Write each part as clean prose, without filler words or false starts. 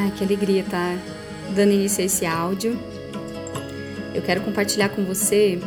Que alegria estar dando início a esse áudio. Eu quero compartilhar com você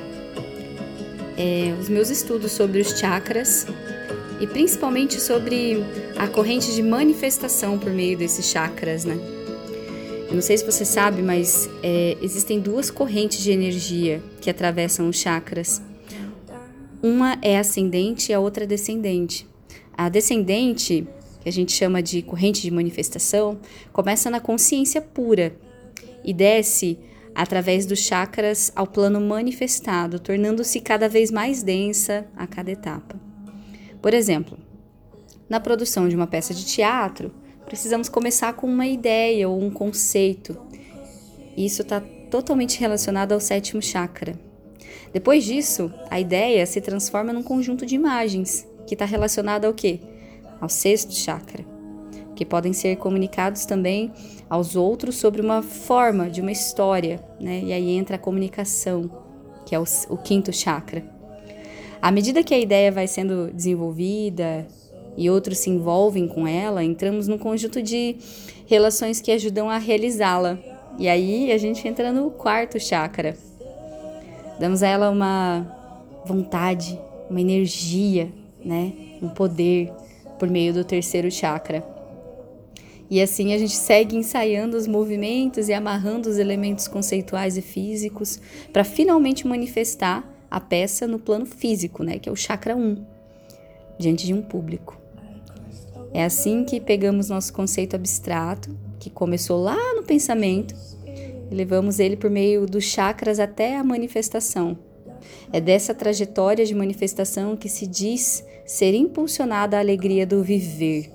os meus estudos sobre os chakras e principalmente sobre a corrente de manifestação por meio desses chakras, né? Eu não sei se você sabe, mas existem duas correntes de energia que atravessam os chakras. Uma é ascendente e a outra é descendente. A descendente, que a gente chama de corrente de manifestação, começa na consciência pura e desce através dos chakras ao plano manifestado, tornando-se cada vez mais densa a cada etapa. Por exemplo, na produção de uma peça de teatro, precisamos começar com uma ideia ou um conceito. Isso está totalmente relacionado ao sétimo chakra. Depois disso, a ideia se transforma num conjunto de imagens, que está relacionado ao quê? Ao sexto chakra, que podem ser comunicados também aos outros sobre uma forma de uma história, né? E aí entra a comunicação, que é o quinto chakra. À medida que a ideia vai sendo desenvolvida e outros se envolvem com ela, entramos num conjunto de relações que ajudam a realizá-la. E aí a gente entra no quarto chakra. Damos a ela uma vontade, uma energia, né? Um poder por meio do terceiro chakra. E assim a gente segue ensaiando os movimentos e amarrando os elementos conceituais e físicos para finalmente manifestar a peça no plano físico, né? Que é o chakra 1, diante de um público. É assim que pegamos nosso conceito abstrato, que começou lá no pensamento, e levamos ele por meio dos chakras até a manifestação. É dessa trajetória de manifestação que se diz ser impulsionada a alegria do viver.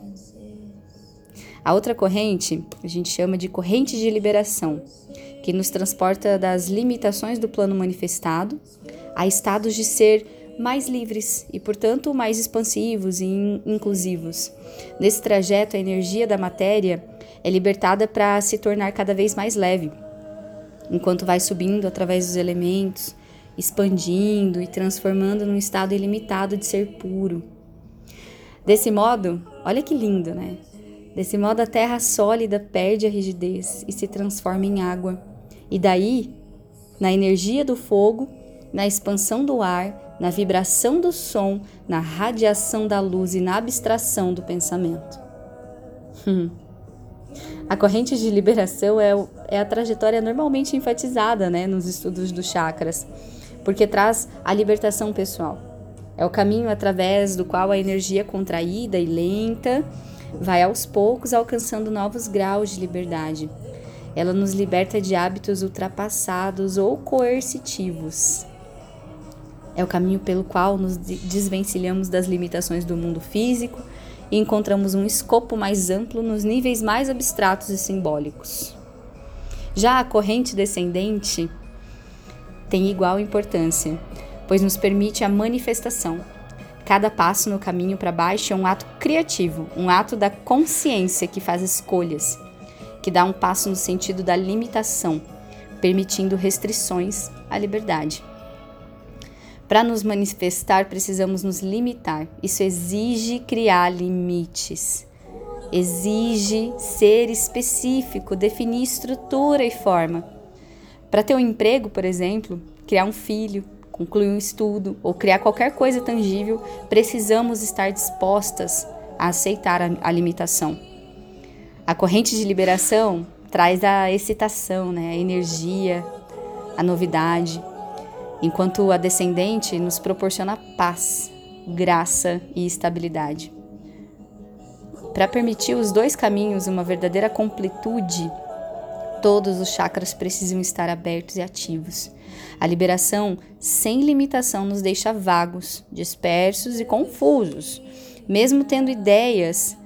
A outra corrente, a gente chama de corrente de liberação, que nos transporta das limitações do plano manifestado a estados de ser mais livres e, portanto, mais expansivos e inclusivos. Nesse trajeto, a energia da matéria é libertada para se tornar cada vez mais leve, enquanto vai subindo através dos elementos, expandindo e transformando num estado ilimitado de ser puro. Desse modo, olha que lindo, né? Desse modo, a terra sólida perde a rigidez e se transforma em água. E daí, na energia do fogo, na expansão do ar, na vibração do som, na radiação da luz e na abstração do pensamento. A corrente de liberação é a trajetória normalmente enfatizada, né, nos estudos dos chakras, porque traz a libertação pessoal. É o caminho através do qual a energia contraída e lenta vai aos poucos alcançando novos graus de liberdade. Ela nos liberta de hábitos ultrapassados ou coercitivos. É o caminho pelo qual nos desvencilhamos das limitações do mundo físico e encontramos um escopo mais amplo nos níveis mais abstratos e simbólicos. Já a corrente descendente tem igual importância, pois nos permite a manifestação. Cada passo no caminho para baixo é um ato criativo, um ato da consciência que faz escolhas, que dá um passo no sentido da limitação, permitindo restrições à liberdade. Para nos manifestar, precisamos nos limitar. Isso exige criar limites. Exige ser específico, definir estrutura e forma. Para ter um emprego, por exemplo, criar um filho, concluir um estudo ou criar qualquer coisa tangível, precisamos estar dispostas a aceitar a limitação. A corrente de liberação traz a excitação, né? A energia, a novidade, enquanto a descendente nos proporciona paz, graça e estabilidade. Para permitir os dois caminhos uma verdadeira completude, todos os chakras precisam estar abertos e ativos. A liberação sem limitação nos deixa vagos, dispersos e confusos. Mesmo tendo ideias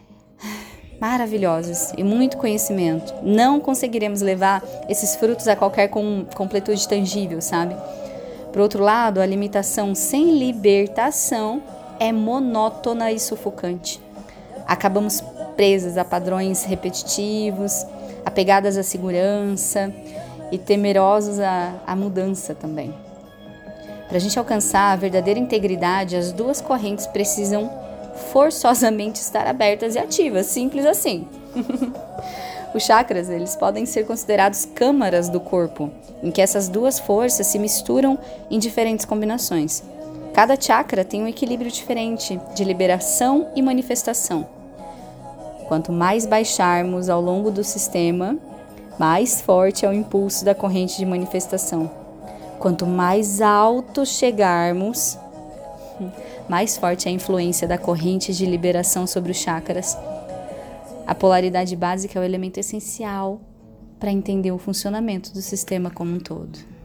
maravilhosas e muito conhecimento, não conseguiremos levar esses frutos a qualquer completude tangível, sabe? Por outro lado, a limitação sem libertação é monótona e sufocante. Acabamos presas a padrões repetitivos, apegadas à segurança e temerosos à mudança também. Para a gente alcançar a verdadeira integridade, as duas correntes precisam forçosamente estar abertas e ativas, simples assim. Os chakras, eles podem ser considerados câmaras do corpo, em que essas duas forças se misturam em diferentes combinações. Cada chakra tem um equilíbrio diferente de liberação e manifestação. Quanto mais baixarmos ao longo do sistema, mais forte é o impulso da corrente de manifestação. Quanto mais alto chegarmos, mais forte é a influência da corrente de liberação sobre os chakras. A polaridade básica é o elemento essencial para entender o funcionamento do sistema como um todo.